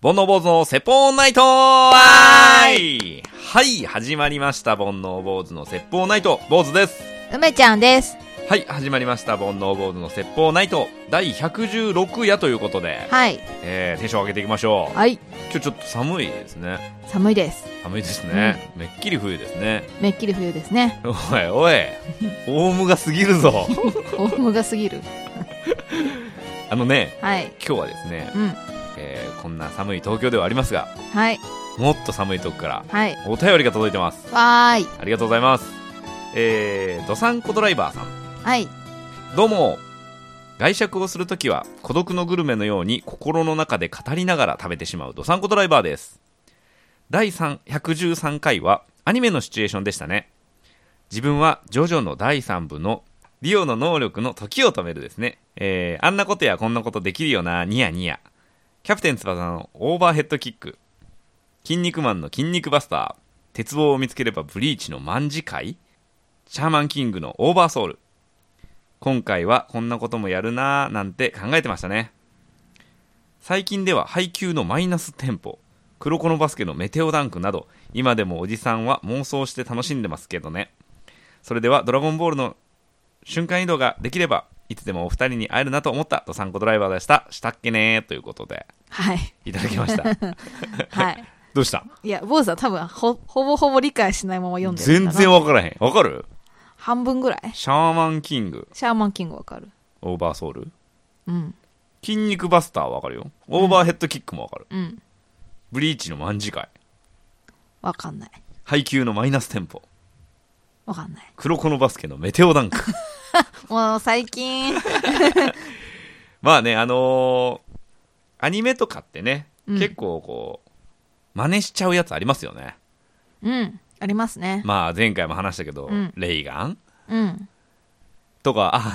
煩悩坊主の説法ナイトはい、始まりました。煩悩坊主の説法ナイト、坊主です。 梅ちゃんです。 はい、始まりました。煩悩坊主の説法ナイト第116夜ということで、 はい、 テンション上げていきましょう。 はい。 今日ちょっと寒いですね。 寒いです。 寒いですね、めっきり冬ですね。 めっきり冬ですね。 おいおい、オウムが過ぎるぞ。 オウムが過ぎる。 はい、今日はですね、こんな寒い東京ではありますが、 はい、 もっと寒いとこから、 はい、 お便りが届いてます。 わーい、 ありがとうございます。どさんこドライバーさん、 はい、 どうも。外食をするときは孤独のグルメのように心の中で語りながら食べてしまうどさんこドライバーです。第113回はアニメのシチュエーションでしたね。自分はジョジョの第3部のディオの能力の時を止めるですね。あんなことやこんなことできるよな、ニヤニヤ。キャプテン翼のオーバーヘッドキック、筋肉マンの筋肉バスター、鉄棒を見つければブリーチの卍会、シャーマンキングのオーバーソウル。今回はこんなこともやるなーなんて考えてましたね。最近では配給のマイナステンポ、黒子のバスケのメテオダンクなど、今でもおじさんは妄想して楽しんでますけどね。それではドラゴンボールの瞬間移動ができればいつでもお二人に会えるなと思ったドサンコドライバーでした。したっけねーということで、 はい、 いただきました。 はい。 どうした？ いや、坊主は多分ほぼ理解しないまま読んでるんだな。 全然わからへん。わかる？ 半分ぐらい。 シャーマンキング。 シャーマンキングわかる。 オーバーソウル。 うん。 筋肉バスターわかるよ。オーバーヘッドキックもわかる。 うん。 ブリーチの卍会。 わかんない。 配給のマイナステンポ。 わかんない。 黒子のバスケのメテオダンク。 もう最近。 まあね、アニメとかってね、結構こう真似しちゃうやつありますよね。 うん、ありますね。 まあ前回も話したけど、レイガン、とか、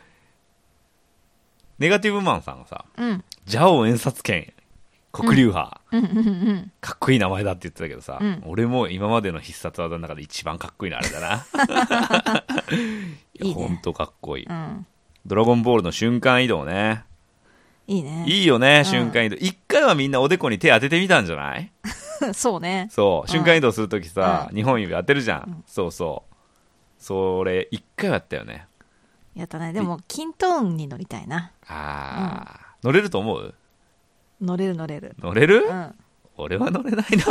ネガティブマンさんがさ、ジャオ演察権黒竜派、かっこいい名前だって言ってたけどさ、俺も今までの必殺技の中で一番かっこいいのあれだな。いや、ほんとかっこいい、ドラゴンボールの瞬間移動ね。 いいね。 いいよね、瞬間移動。一回はみんなおでこに手当ててみたんじゃない？ そうね。 そう、瞬間移動するときさ、2本指当てるじゃん。そうそう。それ、一回はやったよね。 やったね。でも、キントーンに乗りたいな。 乗れると思う？ 乗れる。乗れる？俺は乗れないな。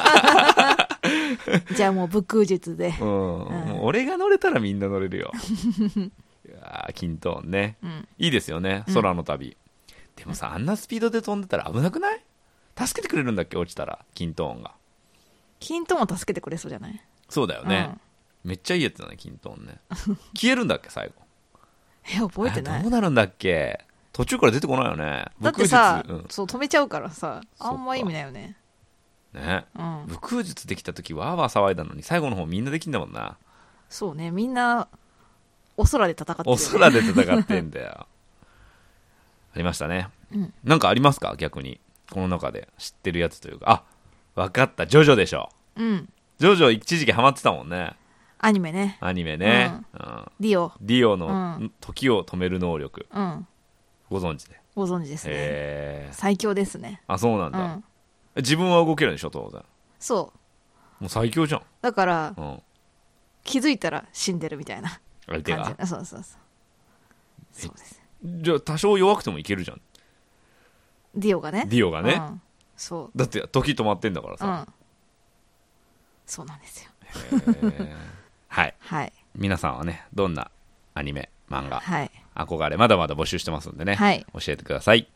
じゃあもう武空術で。 もう俺が乗れたらみんな乗れるよ。いやー、キントーンね。いいですよね、空の旅。でもさ、あんなスピードで飛んでたら危なくない？助けてくれるんだっけ、落ちたら、キントーンが。キントーンは助けてくれそうじゃない？ そうだよね。めっちゃいいやつだね、キントーンね。消えるんだっけ、最後。 覚えてない。 どうなるんだっけ？途中から出てこないよね。 だってさ、そう止めちゃうからさ、あんま意味ないよね。 ね、武空術できた時わーわー騒いだのに最後の方みんなできんだもんな。 そうね、みんなお空で戦ってる、ね、 お空で戦ってんだよ。ありましたね、なんかありますか？逆にこの中で知ってるやつというか。わかった、ジョジョでしょ。ジョジョ一時期ハマってたもんね。 アニメね、 ディオの時を止める能力、ご存知で？ ご存知ですね。最強ですね。 そうなんだ、自分は動けるでしょ、当然。 そうもう最強じゃん。 だから、気づいたら死んでるみたいな相手が。 そうです。 じゃあ多少弱くてもいけるじゃん、 ディオがね。 そうだって時止まってんだからさ、 そうなんですよ。 はい、皆さんはね、どんなアニメ、漫画、憧れまだまだ募集してますんでね、教えてください。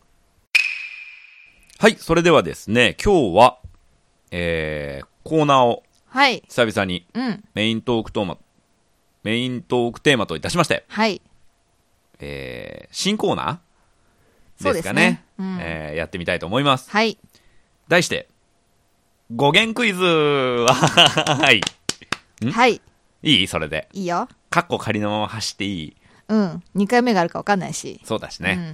はい、それではですね、今日は、コーナーを久々にメイントークテーマといたしまして、新コーナーですかね、やってみたいと思います。題して語源クイズ。いい？それでいいよ。 カッコ仮のまま走っていい ？2回目があるか分かんないし。 そうだしね、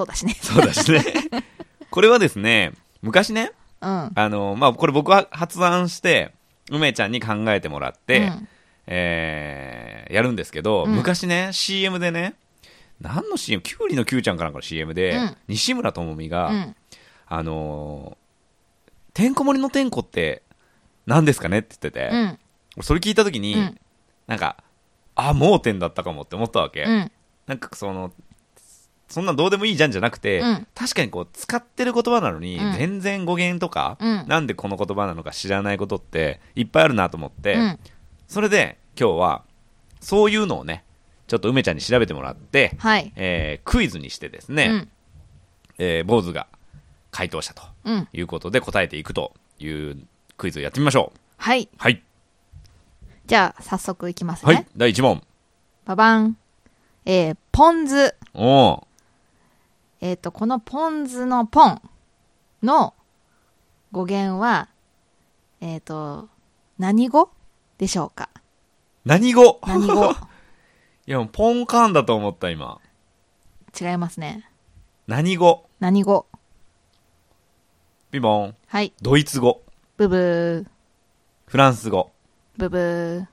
これはですね、昔ね、これ僕は発案して梅ちゃんに考えてもらって、やるんですけど、昔ね CM でね、何の CM、キュウリの Q ちゃんかなんかの CM で、西村智美が、 てんこ盛りのてんこって何ですかねって言ってて、それ聞いた時に、なんか盲点だったかもって思ったわけ、なんかそんなんどうでもいいじゃんじゃなくて、確かにこう使ってる言葉なのに、全然語源とか、なんでこの言葉なのか知らないことっていっぱいあるなと思って、それで今日はそういうのをねちょっと梅ちゃんに調べてもらって、 はい、 クイズにしてですね、坊主が回答者ということで答えていくというクイズをやってみましょう。 はい、 はい、 じゃあ早速いきますね。 はい、第1問。 ババン。ポン酢。 おー。このポン酢のポンの語源は、何語でしょうか。 何語何語いやもうポンカンだと思った今。 違いますね。 何語。 何語。 ピンポン。 はい。 ドイツ語。 ブブー。 フランス語。 ブブー。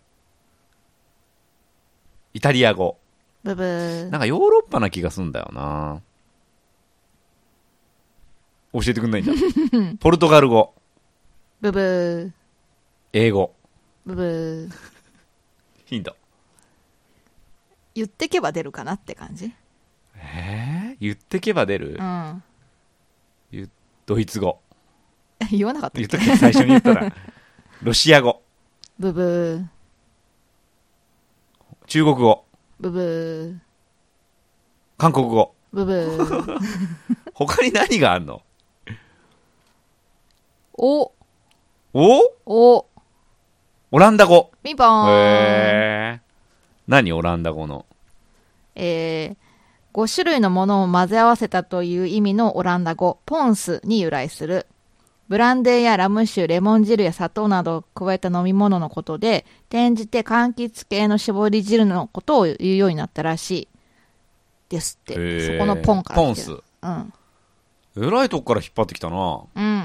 イタリア語。 ブブー。 なんかヨーロッパな気がすんだよな。教えてくんないんだ。ポルトガル語。 ブブー。 英語。 ブブー。 ヒント。 言ってけば出るかなって感じ。 言ってけば出る、ドイツ語。 言わなかったっけ。 言っとけ、最初に言ったら。ロシア語。 ブブー。 中国語。 ブブー。 韓国語。 ブブー。 他に何があんの？ おオランダ語。 ピンポーン。 何オランダ語の 5種類のものを混ぜ合わせたという意味のオランダ語ポンスに由来する。ブランデーやラム酒、レモン汁や砂糖などを加えた飲み物のことで、転じて柑橘系の絞り汁のことを言うようになったらしいですって。そこのポンから来てる。 ポンス。えらいとこから引っ張ってきたな。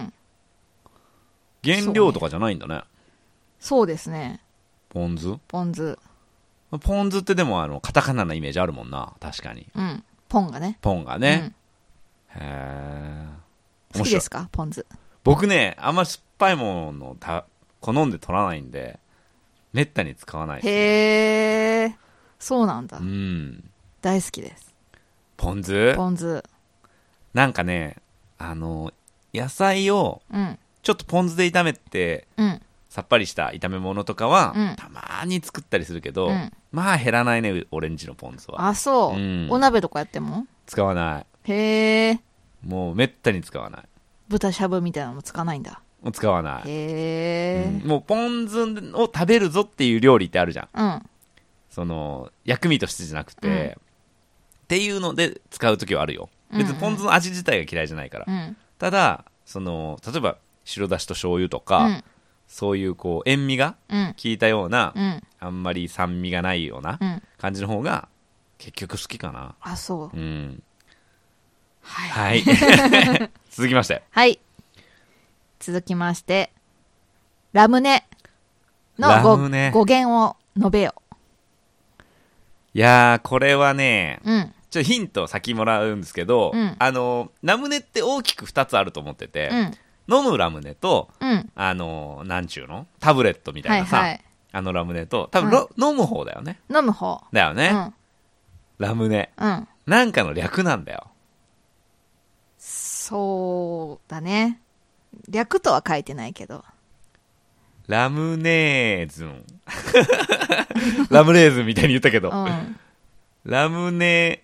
原料とかじゃないんだね。 そうですね。 ポン酢。 ポン酢ってでもカタカナのイメージあるもんな。確かに。 ポンがね。 へえ。 好きですかポン酢。 僕ね、あんまり酸っぱいものを好んで取らないんで、めったに使わないです、ね。 へえ、そうなんだ。大好きです。 ポン酢なんかね、野菜をちょっとポン酢で炒めて、さっぱりした炒め物とかは、たまに作ったりするけど、まあ減らないね、オレンジのポン酢は。 あ、そう。お鍋とかやっても使わない。 へえ。 もうめったに使わない。 豚しゃぶみたいなのも使わないんだ。 もう使わない。 へえ、 もうポン酢を食べるぞっていう料理ってあるじゃん。薬味としてじゃなくて、っていうので使うときはあるよ。別にポン酢の味自体が嫌いじゃないから。ただ、例えば白だしと醤油とか、そういうこう塩味が効いたような、あんまり酸味がないような感じの方が結局好きかな。 あ、そう。 はい。続きまして。 はい。続きまして、ラムネの語源を述べよ。 いやー、これはね、ちょっとヒント先もらうんですけど、ラムネって大きく2つあると思ってて、飲むラムネと、なんちゅうのタブレットみたいなさ、ラムネと、多分、飲む方だよね。 飲む方。 だよね。ラムネ。なんかの略なんだよ。 そうだね。略とは書いてないけど。 ラムネーズン。ラムネーズンみたいに言ったけど。ラムネ、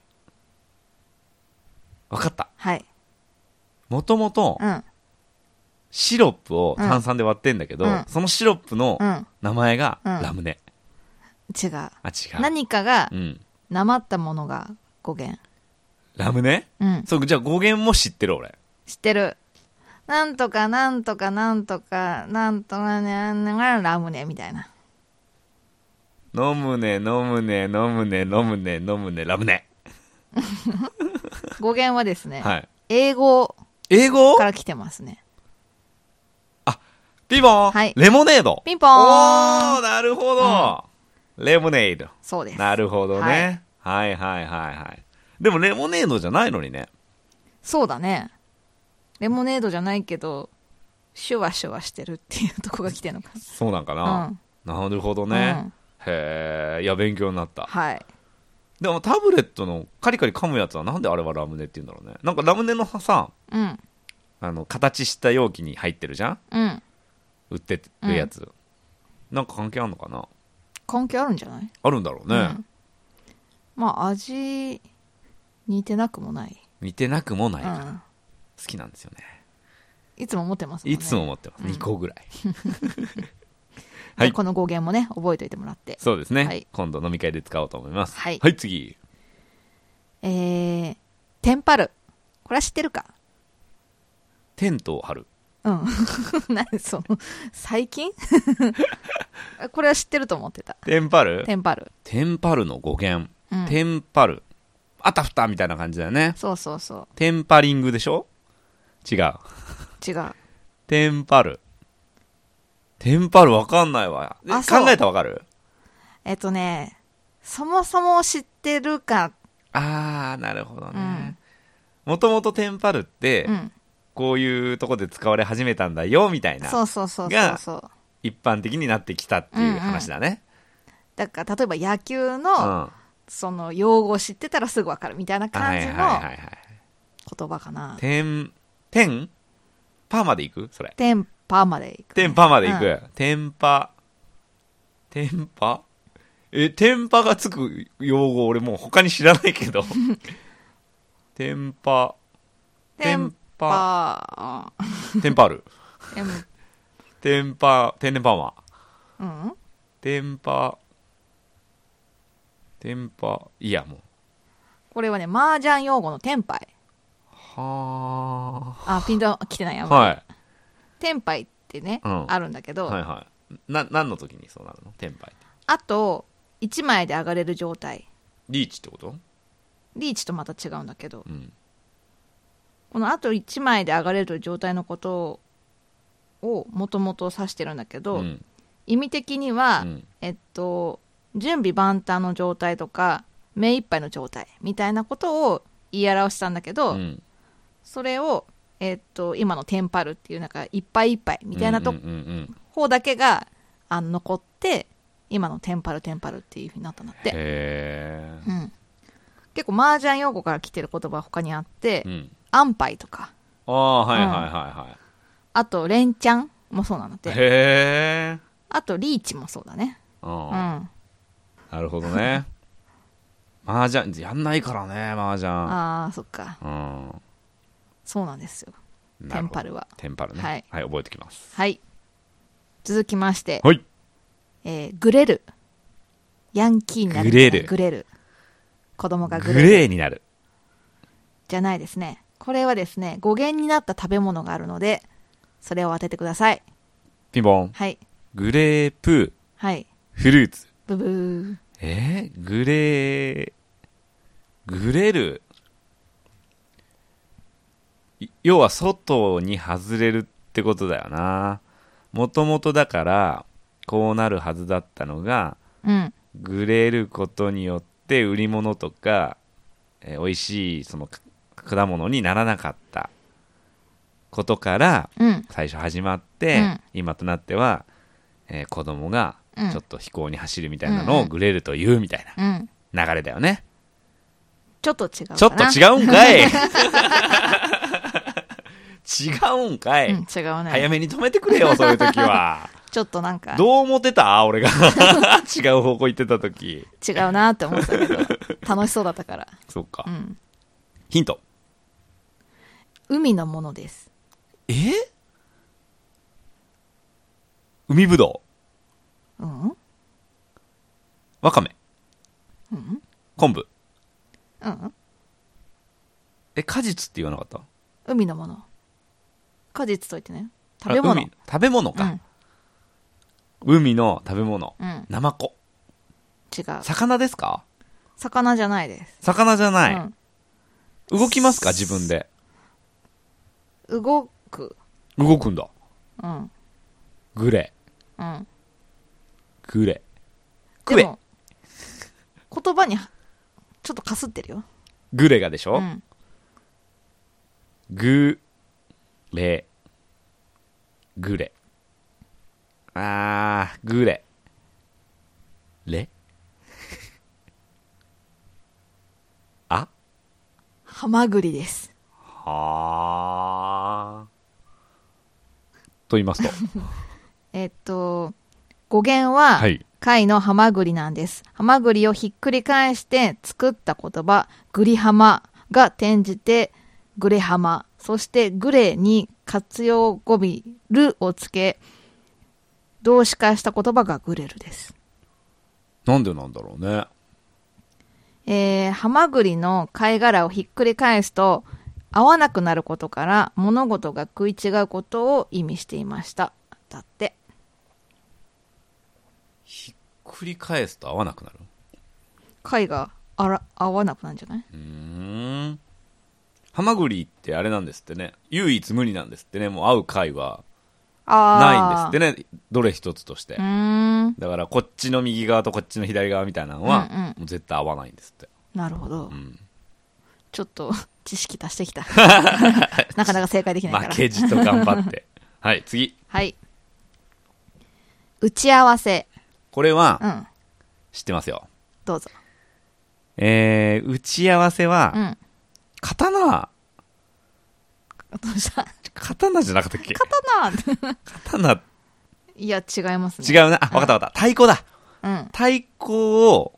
わかった。 はい。 もともと、シロップを炭酸で割ってんだけど、そのシロップの名前がラムネ。 違う。違う。何かが、なまったものが語源。 ラムネ？そう、じゃあ語源も知ってる俺。 知ってる。なんとかなんとかなんとかなんとかなんがラムネみたいな。 飲むね飲むね飲むね飲むね飲むねラムネ。 語源はですね、 はい、 英語から来てますね。 あ、ピンポン、 はい、 レモネード。 ピンポーン。 おー、なるほど、レモネード。 そうです。 なるほどね、はい、はいはいはいはい。でもレモネードじゃないのにね。 そうだね。 レモネードじゃないけどシュワシュワしてるっていうとこが来てるのかそうなんかな。 な、なるほどうん、 ね、へえ、いや勉強になった。 はい。 でもタブレットのカリカリ噛むやつはなんであれはラムネって言うんだろうね。なんかラムネのさ、 うん。 形した容器に入ってるじゃん、 うん。 売ってるやつ、なんか関係あるのかな。 関係あるんじゃない？ あるんだろうね、 うん、まあ味似てなくもない。 似てなくもないから、 うん、 好きなんですよね。 いつも持ってますもんね。 いつも持ってます、2個ぐらいはい、この語源もね覚えておいてもらって。 そうですね、 はい、 今度飲み会で使おうと思います。 はい、 はい、次。 テンパる。これは知ってるか？ テントを張る。 うん何その最近これは知ってると思ってた。 テンパる。 テンパる。 テンパるの語源、 うん、 テンパる、あたふたみたいな感じだよね。 そうそうそう。 テンパリングでしょ。違う。 違う。 テンパる。テンパるわかんないわ。考えたらわかる？ そもそも知ってるか。 あー、なるほどね。もともとテンパるって、うん、こういうとこで使われ始めたんだよみたいな。 そうそうそうそうそう。が一般的になってきたっていう話だね。うんうん、 だから例えば野球の、うん、その用語を知ってたらすぐわかるみたいな感じの言葉かな。 テンパまでいく？それ。 テンパまでいく、ね。 テンパまでいく。うん、テンパテンパがつく用語俺もう他に知らないけどテンパるテンパマいやもうこれはね麻雀用語のテンパイ。 はあ、ピンと来てないやばい、はい、テンパイってね、うん、あるんだけど、 はいはい、何の時にそうなるの？テンパイってあと1枚で上がれる状態。 リーチってこと？ リーチとまた違うんだけど、うん、このあと1枚で上がれる状態のことをもともと指してるんだけど、うん、意味的には、うん、準備万端の状態とか目いっぱいの状態みたいなことを言い表したんだけど、うん、それを、今のテンパるっていうなんかいっぱいいっぱいみたいな方だけが残って今のテンパるっていう風になったんだって。 へー、うん、 結構麻雀用語から来てる言葉は他にあって、うん、安牌とか、 ああはいはいはいはい、 あと連チャンもそうなんだって。 へー、 あとリーチもそうだね。うん、 なるほどね麻雀やんないからね麻雀。 ああそっか、うん、そうなんですよテンパルは。 テンパルね、はい、はい、覚えてきます。 はい、続きまして、 はい、 グレる。ヤンキーになる。グレる。子供がグレーになるじゃないですね。これはですね語源になった食べ物があるのでそれを当ててください。 ピンポン。 はい。 グレープ、 はい、 フルーツ。 ブブー。 グレる。要は外に外れるってことだよな。もともとだからこうなるはずだったのが、うん、グレることによって売り物とか、美味しいその果物にならなかったことから、うん、最初始まって、うん、今となっては、子供がちょっと飛行に走るみたいなのをグレるというみたいな流れだよね。 ちょっと違うかな。 ちょっと違うんかい違うんかい、 うん、違うね。 早めに止めてくれよそういう時はちょっとなんかどう思ってた俺が違う方向行ってた時。 違うなって思ってたけど楽しそうだったから。 そうか、うん、ヒント。 海のものです。 海ぶどう。うん。 わかめ。 うん。 昆布。 うん。 果実って言わなかった？ 海のもの。果実と言ってね。食べ物。 食べ物か、うん、海の食べ物、うん、ナマコ。 違う。 魚ですか？ 魚じゃないです。 魚じゃない、うん、動きますか自分で？ 動くんだ。 うん。 グレ。 うん。 グレ。 でも言葉にちょっとかすってるよ。 グレがでしょ、うん、 レグレグレレあハマグリです。 はあと言いますと語源は、 はい貝のハマグリなんです。ハマグリをひっくり返して作った言葉、グリハマが転じてグレハマ、そしてグレに活用語尾ルをつけ、動詞化した言葉がグレルです。 なんでなんだろうね。 ハマグリの貝殻をひっくり返すと合わなくなることから物事が食い違うことを意味していました。だって。 ひっくり返すと合わなくなる。 貝が合わなくなるんじゃない？ ハマグリってあれなんですってね。唯一無二なんですってね。もう合う貝はないんですってね。どれ一つとして。だからこっちの右側とこっちの左側みたいなのは、もう絶対合わないんですって。 なるほど。ちょっと知識足してきた。なかなか正解できないから。 負けじと頑張って。はい、次。 はい。打ち合わせ。 これは、知ってますよ。 どうぞ。 打ち合わせは、刀どうした？ 刀じゃなかったっけ？刀いや、違いますね。 違うな。わかったわかった。太鼓だ。太鼓を、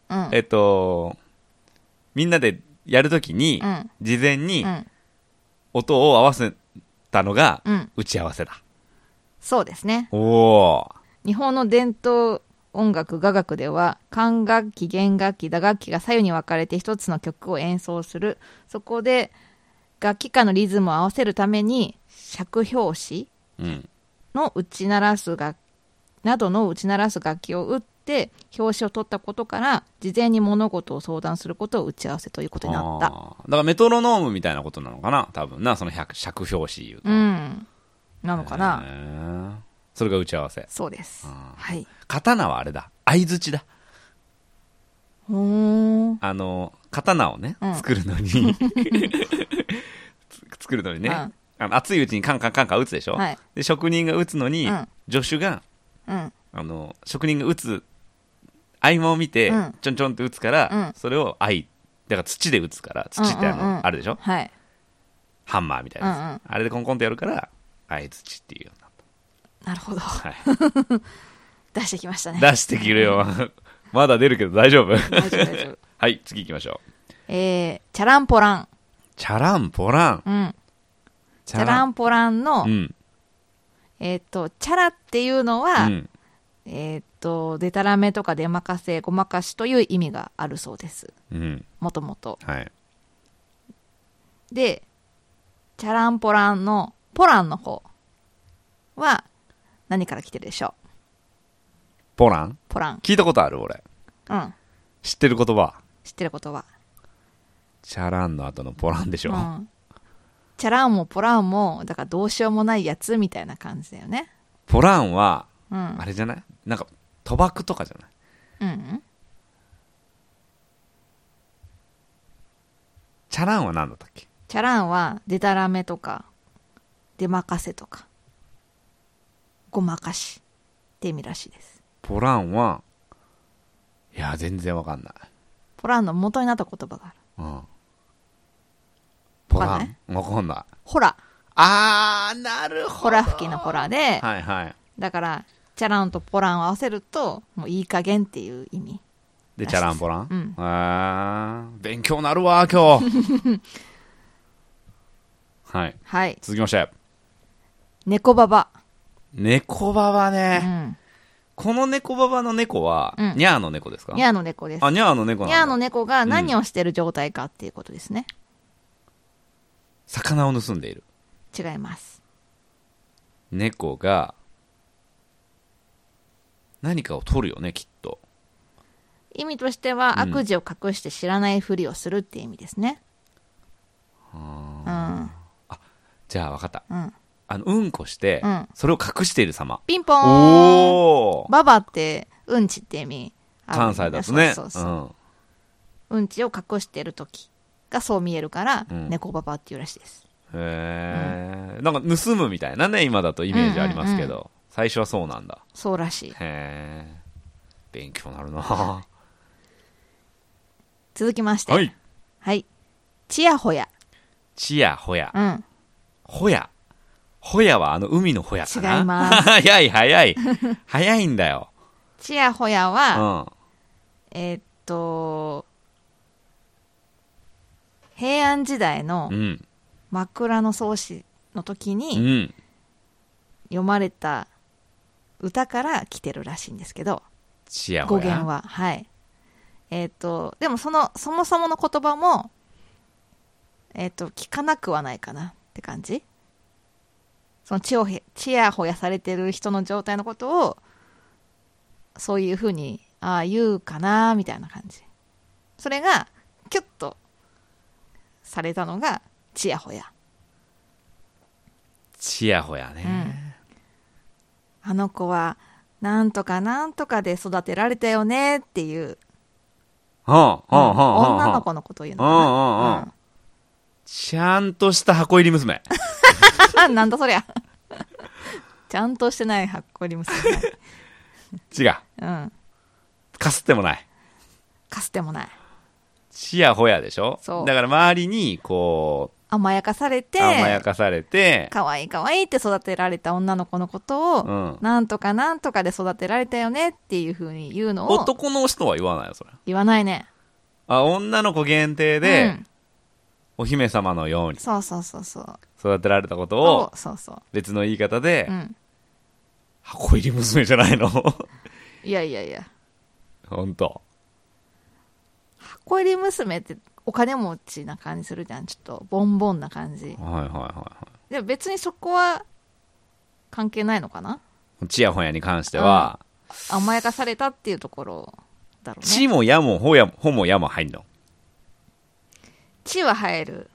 みんなでやるときに、事前に、音を合わせたのが、打ち合わせだ。 そうですね。 おー。 日本の伝統音楽雅楽では管楽器、弦楽器、打楽器が左右に分かれて一つの曲を演奏する。そこで楽器間のリズムを合わせるために尺拍子の打ち鳴らす楽器を打って拍子を取ったことから事前に物事を相談することを打ち合わせということになった。だからメトロノームみたいなことなのかな多分な、その尺拍子言うと。 なのかな。 それが打ち合わせ。 そうです。はい。 刀はあれだ。相づちだ。刀をね、作るのにね、熱いうちにカンカンカンカン打つでしょ、で職人が打つのに、助手が、職人が打つ合間を見て、ちょんちょんって打つから、それをだから土で打つから、土ってあるでしょ、ハンマーみたいなやつ、あれでコンコンってやるから相づちっていうようになった。 なるほど、出してきましたね。 出してきるよまだ出るけど大丈夫？ 大丈夫はい、次行きましょう。 チャランポラン。 チャランポラン。 チャランポランの、チャラっていうのは、デタラメとか出まかせ、ごまかしという意味があるそうです。もともと。で、チャランポランのポランの方は何から来てるでしょう？ ポラン聞いたことある俺。知ってる言葉。 チャランの後のポランでしょ、 チャランもポランもだからどうしようもないやつみたいな感じだよね。 ポランは、あれじゃない？なんか賭博とかじゃない？チャランは何だったっけ？ チャランはデタラメとか出まかせとかごまかしって意味らしいです。 ポランはいや全然わかんない。 ポランの元になった言葉がある。 ポランわかんない。 ホラ。 なるほど。 ホラ吹きのホラで、だからチャランとポランを合わせるともういい加減っていう意味でチャランポラン、勉強なるわ今日はい、続きまして猫ババね、この猫ババの猫は、ニャーの猫ですか？ ニャーの猫です。 ニャーの猫なんだ。 ニャーの猫が何をしている状態かっていうことですね。 魚を盗んでいる。 違います。 猫が何かを取るよね、きっと。 意味としては、悪事を隠して知らないふりをするっていう意味ですね。 じゃあ分かった。うんこして、それを隠している様。 ピンポーン。ババってうんちって意味。 関西だとね。 うんちを隠している時がそう見えるから、猫ババっていうらしいです。 なんか盗むみたいなね、今だとイメージありますけど、最初はそうなんだ。 そうらしい。 へえ、勉強になるな。 続きまして。 はい。 はい。ちやほや。 ちやほや。 うん。 ほや。ほやは海のほやかな。 違います。 早い早い。早いんだよ。 ちやほやは、 うん。 平安時代のうん。 枕草子の時うにん。 読まれた歌から来てるらしいんですけど、 ちやほや。 語源は。はい。でもそもそもの言葉も、聞かなくはないかなって感じ。そのちやほやされてる人の状態のことを、そういうふうに、言うかなみたいな感じ。それが、キュッとされたのが、ちやほや。 ちやほやね。 あの子は、なんとかなんとかで育てられたよねっていう、女の子のことを言うのかな。 ちゃんとした箱入り娘。 なんだそりゃ。ちゃんとしてない箱入り娘。 違う。 うん。 かすってもない。 かすってもない。 ちやほやでしょ。 そう。 だから周りに、こう、 甘やかされて、かわいいかわいいって育てられた女の子のことを、なんとかなんとかで育てられたよねっていう風に言うのを。 男の人は言わないよ、それ。 言わないね。 女の子限定で、お姫様のように。 そうそうそうそう。 育てられたことを、別の言い方で、箱入り娘じゃないの。 いやいやいや。 ほんと。 箱入り娘ってお金持ちな感じするじゃん。ちょっとボンボンな感じ。でも別にそこは関係ないのかな。 ちやほやに関しては、 甘やかされたっていうところだろうね。 ちもやもほもやも入んの。 ちは入る。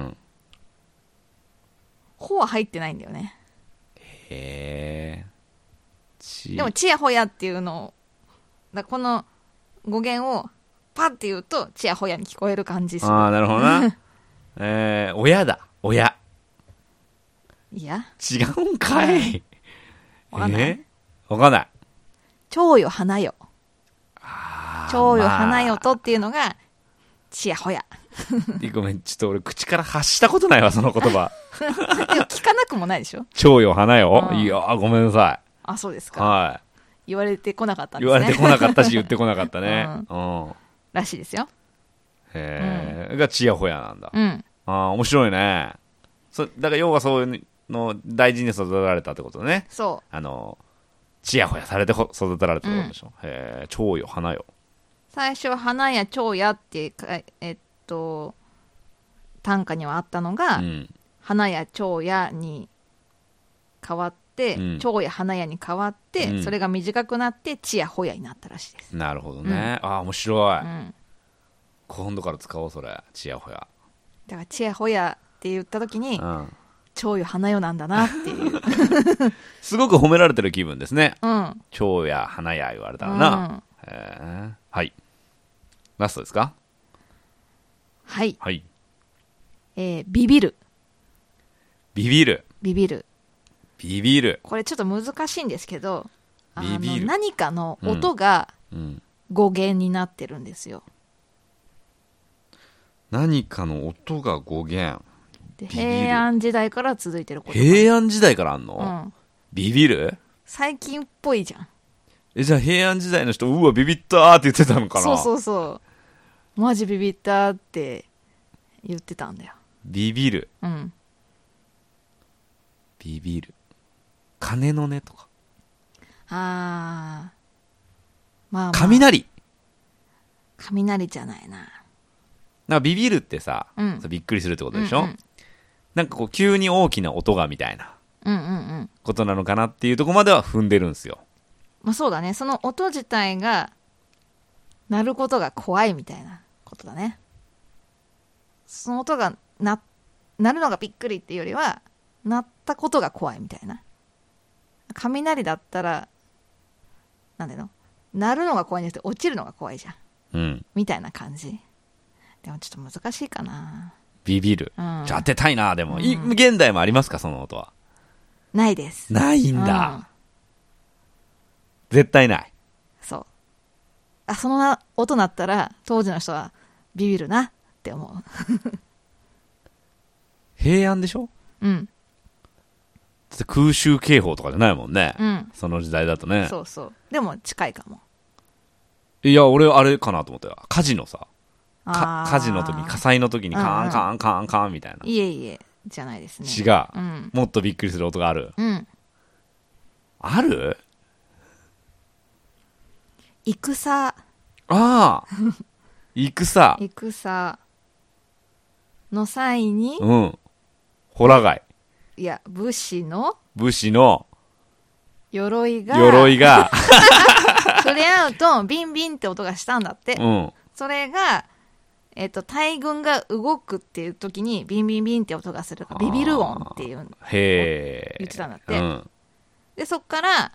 ほは入ってないんだよね。 へえ。 でもちやほやっていうのを、この語源をパッて言うとちやほやに聞こえる感じする。 なるほどな。親だ。親。 いや。 違うんかい。 わかんない。 わかんない。 蝶よ花よ。蝶よ花よとっていうのがちやほや。 ごめん、ちょっと俺口から発したことないわ、その言葉。 でも聞かなくもないでしょ。 蝶よ花よ。いやー、ごめんなさい。 あ、そうですか。 はい。 言われてこなかったんですね。 言われてこなかったし、言ってこなかったね。 らしいですよ。 へえ。がちやほやなんだ。面白いね。だから要はそういうの大事に育てられたってことね。 そう。 ちやほやされて育てられたってことでしょ。へえ、蝶よ花よ。 最初は花や蝶やって短歌にはあったのが、花や蝶やに変わって、蝶や花やに変わって、それが短くなってちやほやになったらしいです。 なるほどね。面白い。今度から使おう、それ。ちやほや。 だからちやほやって言った時に、蝶よ花よなんだなっていうすごく褒められてる気分ですね。蝶や花や言われたらな。はい。ラストですか。 はい。 はい。 ビビる。 ビビる。 ビビる。 ビビる。 これちょっと難しいんですけど、 ビビる。 何かの音が語源になってるんですよ。 何かの音が語源。 で平安時代から続いてること。 平安時代からあんの？ビビる？ 最近っぽいじゃん。 じゃあ平安時代の人、うわビビったーって言ってたのかな。 そうそうそう。マジビビったって言ってたんだよ。 ビビる。ビビる。鐘の音とか。 まあ、 雷。 雷じゃないな。 なんかビビるってさ、びっくりするってことでしょ。なんかこう急に大きな音がみたいなことなのかなっていうところまでは踏んでるんですよ。 まあそうだね。その音自体が鳴ることが怖いみたいなことだね。その音が鳴るのがびっくりっていうよりは、鳴ったことが怖いみたいな。雷だったら、なんだよ、鳴るのが怖いんじゃなくて落ちるのが怖いじゃん。みたいな感じ。でもちょっと難しいかな。 ビビる。 うん当てたいな、でも。 うん現代もありますか、その音は。 ないです。 ないんだ。 うん絶対ない。 そう。その音鳴ったら当時の人はビビるなって思平安でしょ？ う。うん。 だって空襲警報とかじゃないもんね。 うん。 その時代だとね。 そうそう。でも近いかも。 いや、俺、あれかなと思ったよ。火事のさ。 あー火事の時、火災の時にカーンカーンカーンカーンみたいな。 いえいえ、じゃないですね。 違う。 うん。 もっとびっくりする音がある。 うん。 ある？ 戦。 ああ戦。 戦の際に、 うん。ホラ貝。 いや、武士の武士の鎧が、触れ合うと、ビンビンって音がしたんだって。 うん。 それが、大軍が動くっていう時に、ビンビンビンって音がする。ビビる音っていうへえ。 言ってたんだって。 うん。 で、そっから、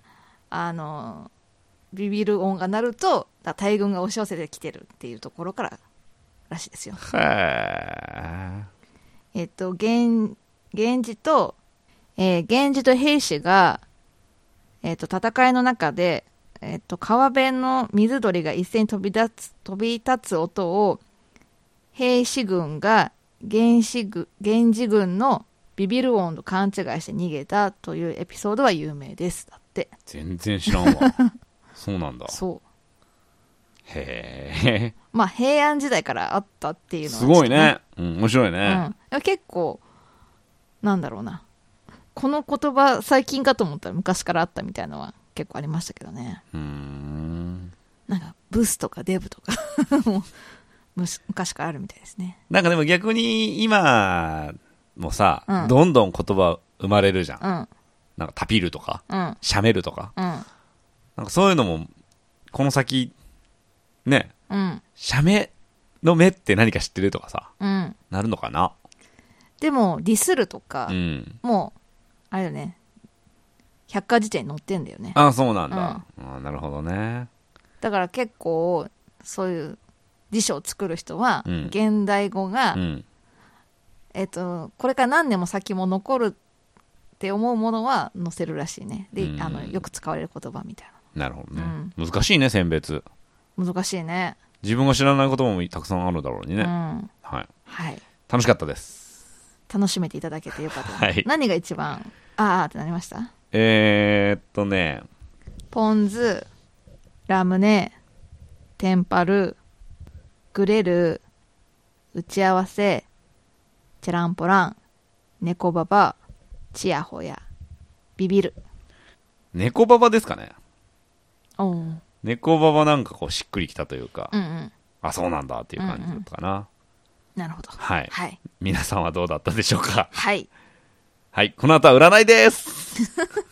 ビビる音が鳴ると、大軍が押し寄せてきてるっていうところかららしいですよ。 へえ。 源氏と兵士が、戦いの中で、川辺の水鳥が一斉に飛び立つ音を、兵士軍が源氏軍のビビる音と勘違いして逃げたというエピソードは有名です。だって。 全然知らんわ。そうなんだ。 そう。 へえ。 まあ、平安時代からあったっていうのは、 すごいね。うん、面白いね。 結構、なんだろうな。この言葉最近かと思ったら昔からあったみたいなのは結構ありましたけどね。なんか、ブスとかデブとかも昔からあるみたいですね。 なんかでも逆に今もさ、 うんどんどん言葉生まれるじゃん。 うん。 なんかタピるとか、 うん。 シャメるとか。 うん。 なんかそういうのも、この先、ね、 うん。 シャメの目って何か知ってるとかさ、 うん。 なるのかな。 でも、ディスるとか、 うん。 もう、あれだね、百科事典に載ってんだよね。 あ、そうなんだ。なるほどね。 だから結構、そういう辞書を作る人は、 うん現代語が、 うん。 これから何年も先も残るって思うものは載せるらしいね。で、 うんよく使われる言葉みたいなるほどね。難しいね、選別。 な。難しいね。 自分が知らない言葉もたくさんあるだろうにね。 うん。 はい。 はい。 楽しかったです。 楽しめていただけてよかったです。 はい何が一番、ってなりました？ポン酢、ラムネ、テンパル、グレル、打ち合わせ、チャランポラン、猫ババ、チヤホヤ、ビビる。 猫ババですかね。 おう。 猫ババなんかこうしっくりきたというか、 うんうん。 あ、そうなんだっていう感じだったかな。 なるほど。 はい。 はい。 皆さんはどうだったでしょうか。 はい。 はい、この後は占いです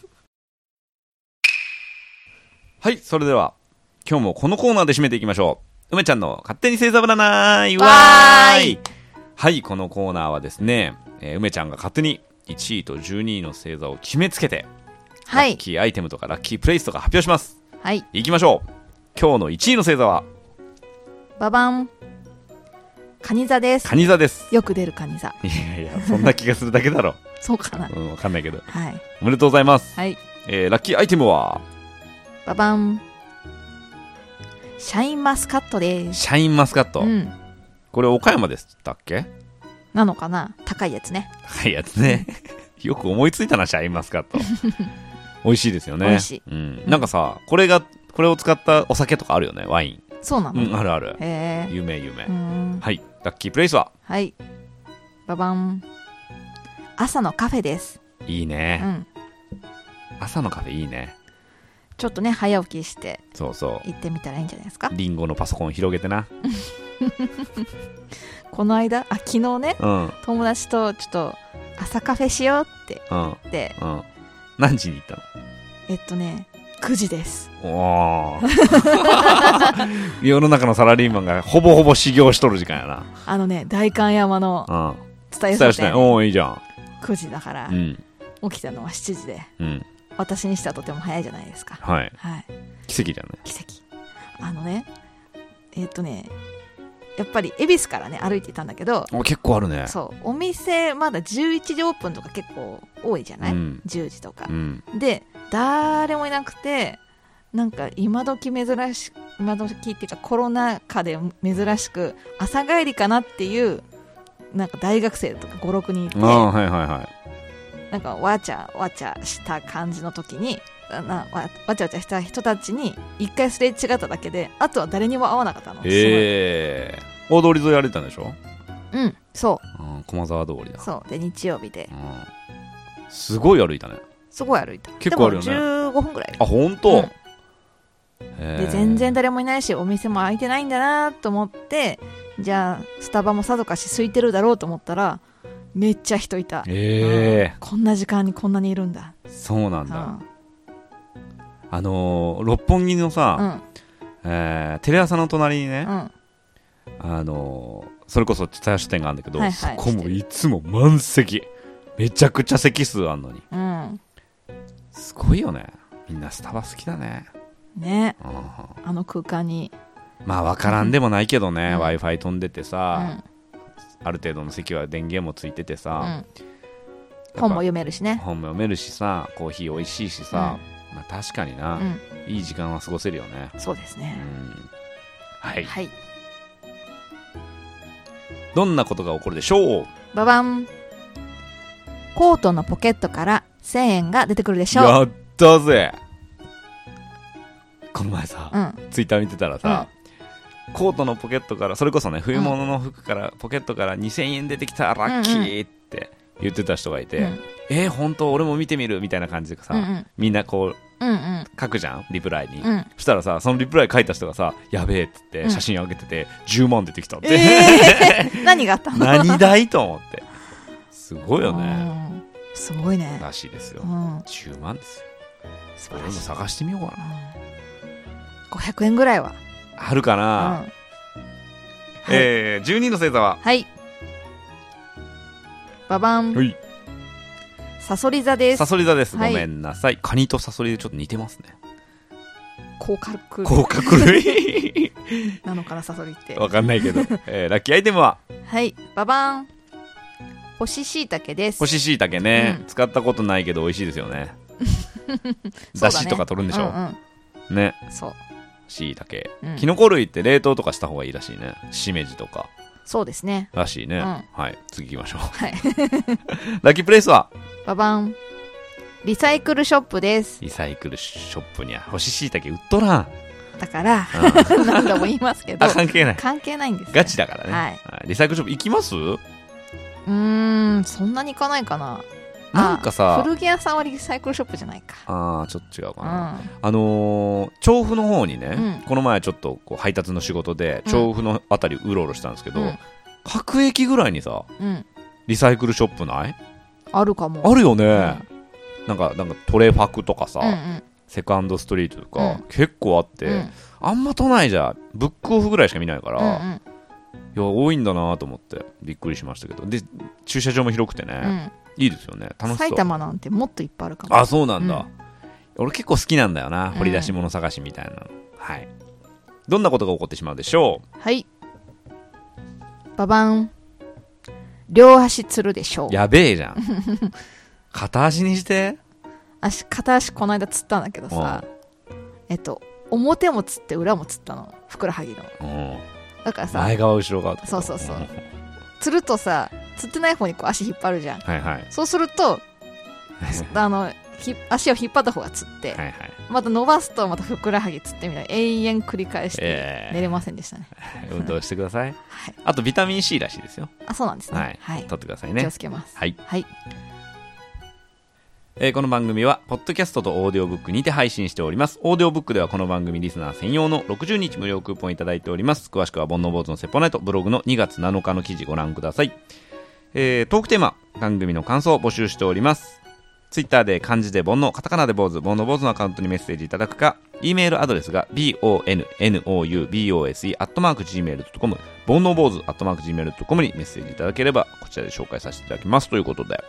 はい、それでは今日もこのコーナーで締めていきましょう。梅ちゃんの勝手に星座占い。わーい。はい、このコーナーはですね、梅ちゃんが勝手に1位と12位の星座を決めつけて、 はい。 ラッキーアイテムとかラッキープレイスとか発表します。 はい。 いきましょう。今日の1位の星座はババン。蟹座です。 蟹座です。 よく出る蟹座。 いやいや、そんな気がするだけだろそうかな。 うん、わかんないけど。 はい。 おめでとうございます。 はい。 ラッキーアイテムはババン。シャインマスカットです。 シャインマスカット。 うん。 これ岡山でしたっけ？ なのかな？高いやつね。 高いやつね。よく思いついたな、シャインマスカット。美味しいですよね。 美味しい。 うん。なんかさ、これを使ったお酒とかあるよね、ワイン。 そうなの？ うん、あるある。 へえ。 有名。 うん。 はい。ラッキープレイスははい。ババン。朝のカフェです。 いいうね。 ん。 朝のカフェいいね。 ちょっとね、早起きしてそうそ行ってみたらいいんじゃないですか。 う。リンゴのパソコン広げてな。 この間、昨日ね、 うん。 友達とちょっと朝カフェしようってうん。 言って、 うん。何時に行った 9時です。 の？おー。世の中のサラリーマンがほぼほぼ修行しとる時間やな。 代官山のうん。 伝え伝えしてない。おー、いいじゃん。 9時だから、 うん。 起きたのは7時で、 うん。 私にしてはとても早いじゃないですか。 はい。 はい。 奇跡じゃんね。 奇跡。 やっぱり恵比寿からね歩いていたんだけど、 結構あるね。 そうお店まだ11時オープンとか結構多いじゃない、10時とか、で誰もいなくて、なんか今時っていうかコロナ禍で珍しく朝帰りかなっていうなんか大学生とか 5,6 人いて、なんかわちゃわちゃした感じの時にわちゃわちゃした人たちに一回すれ違っただけで、あとは誰にも会わなかったの。大通り沿い歩いたんでしょ。 そう、 駒沢通りだ。 そうで日曜日で、 すごい歩いたね。 すごい歩いた。 結構あるよね。 でも15分ぐらい。 あ、本当。 で全然誰もいないしお店も開いてないんだなと思って、じゃあスタバもさぞかし空いてるだろうと思ったらめっちゃ人いた。こんな時間にこんなにいるんだ。 そうなんだ。六本木のさ、テレ朝の隣にね、それこそ蔦屋書店があるんだけど、そこもいつも満席。めちゃくちゃ席数あんのに、すごいよね。みんなスタバ好きだね。 ね、あの空間に。 まあ分からんでもないけどね、Wi-Fi 飛んでてさ、ある程度の席は電源もついててさ、 本も読めるしね。 本も読めるしさ、コーヒー美味しいしさ、まあ確かにな、いい時間は過ごせるよね。 そうですね。 はい。どんなことが起こるでしょう。 ババン。コートのポケットから1000円が出てくるでしょう。 やったぜ。この前さ、ツイッター見てたらさ、コートのポケットから、それこそね、冬物の服からポケットから2000円出てきたラッキーって言ってた人がいて、本当俺も見てみるみたいな感じでさ、みんなこう書くじゃん、リプライに。そしたらさ、そのリプライ書いた人がさ、やべえっつって写真上げてて10万出てきたって、 何があったの。 何代と思って。すごいよね。 すごいね。 らしいですよ。10万ですよ。俺も探してみようかな。 500円ぐらいはあるかな。12の星座は、 ババン。サソリ座です。 サソリ座です。ごめんなさい。カニとサソリでちょっと似てますね。 甲殻類なのかな、サソリって。 わかんないけど。ラッキーアイテムは、 ババン。干し椎茸です。 干し椎茸ね、使ったことないけど美味しいですよね。だしとか取るんでしょ。ね。そう。椎茸、キノコ類って冷凍とかした方がいいらしいね。しめじとか。 そうですね。 らしいね。はい。次行きましょう。ラッキープレイスは、 ババン。リサイクルショップです。 リサイクルショップには干し椎茸売っとらん。 だから何度も言いますけど、 関係ない。 関係ないんです。 ガチだからね。リサイクルショップ行きます？ そんなに行かないかな。 なんかさ、 古着屋さんはリサイクルショップじゃないか。 ちょっと違うかな。調布の方にね、この前ちょっとこう配達の仕事で調布のあたりうろうろしたんですけど、各駅ぐらいにさ、リサイクルショップない？あるかも。 あるよね。なんかトレファクとかさ、セカンドストリートとか結構あって、あんま都内じゃブックオフぐらいしか見ないから、いや多いんだなと思ってびっくりしましたけど、で駐車場も広くてね、いいですよね。楽しそう。 埼玉なんてもっといっぱいあるかも。 あ、そうなんだ。俺結構好きなんだよな、掘り出し物探しみたいなの。はい。どんなことが起こってしまうでしょう。 はい。ババン。両足つるでしょう。 やべえじゃん。片足にして。 片足この間つったんだけどさ、表もつって裏もつったの、ふくらはぎの。だからさ、 前側後ろ側。 そうつるとさ、つってない方にこう足引っ張るじゃん。そうすると足を引っ張った方がつって、また伸ばすとまたふくらはぎつってみたいな、永遠繰り返して寝れませんでしたね。 運動してください。あとビタミン C らしいですよ。 そうなんですね。 取ってくださいね。 気をつけます。 この番組はポッドキャストとオーディオブックにて配信しております。オーディオブックではこの番組リスナー専用の60日無料クーポンいただいております。詳しくは煩悩坊主の説法ナイトブログの2月7日の記事ご覧ください。トークテーマ、番組の感想を募集しております。ツイッターで漢字で煩悩、カタカナで坊主、煩悩坊主のアカウントにメッセージいただくか、E メールアドレスが bonoubose@gmail.com、煩悩坊主@gmail.com にメッセージいただければこちらで紹介させていただきますということで。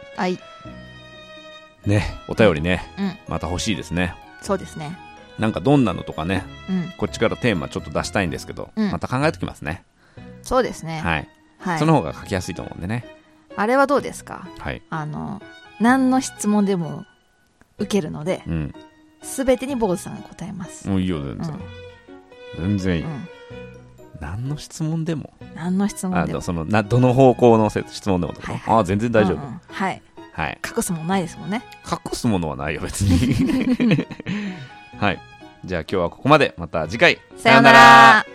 ね、お便りね、また欲しいですね。 そうですね。 なんかどんなのとかね、こっちからテーマちょっと出したいんですけど、また考えてきますね。 そうですね。 はい。 はい。 その方が書きやすいと思うんでね。 あれはどうですか？ はい。 何の質問でも受けるので、 うん。 すべてに坊主さんが答えます。 もういいよ、全然。全然いい。 うん。 何の質問でも。 何の質問でも。 どの方向の質問でもとか、 はいはい、 全然大丈夫。 はい。 はい。 隠すもんないですもんね。 隠すものはないよ、別に。はい。じゃあ今日はここまで。また次回。 さようなら。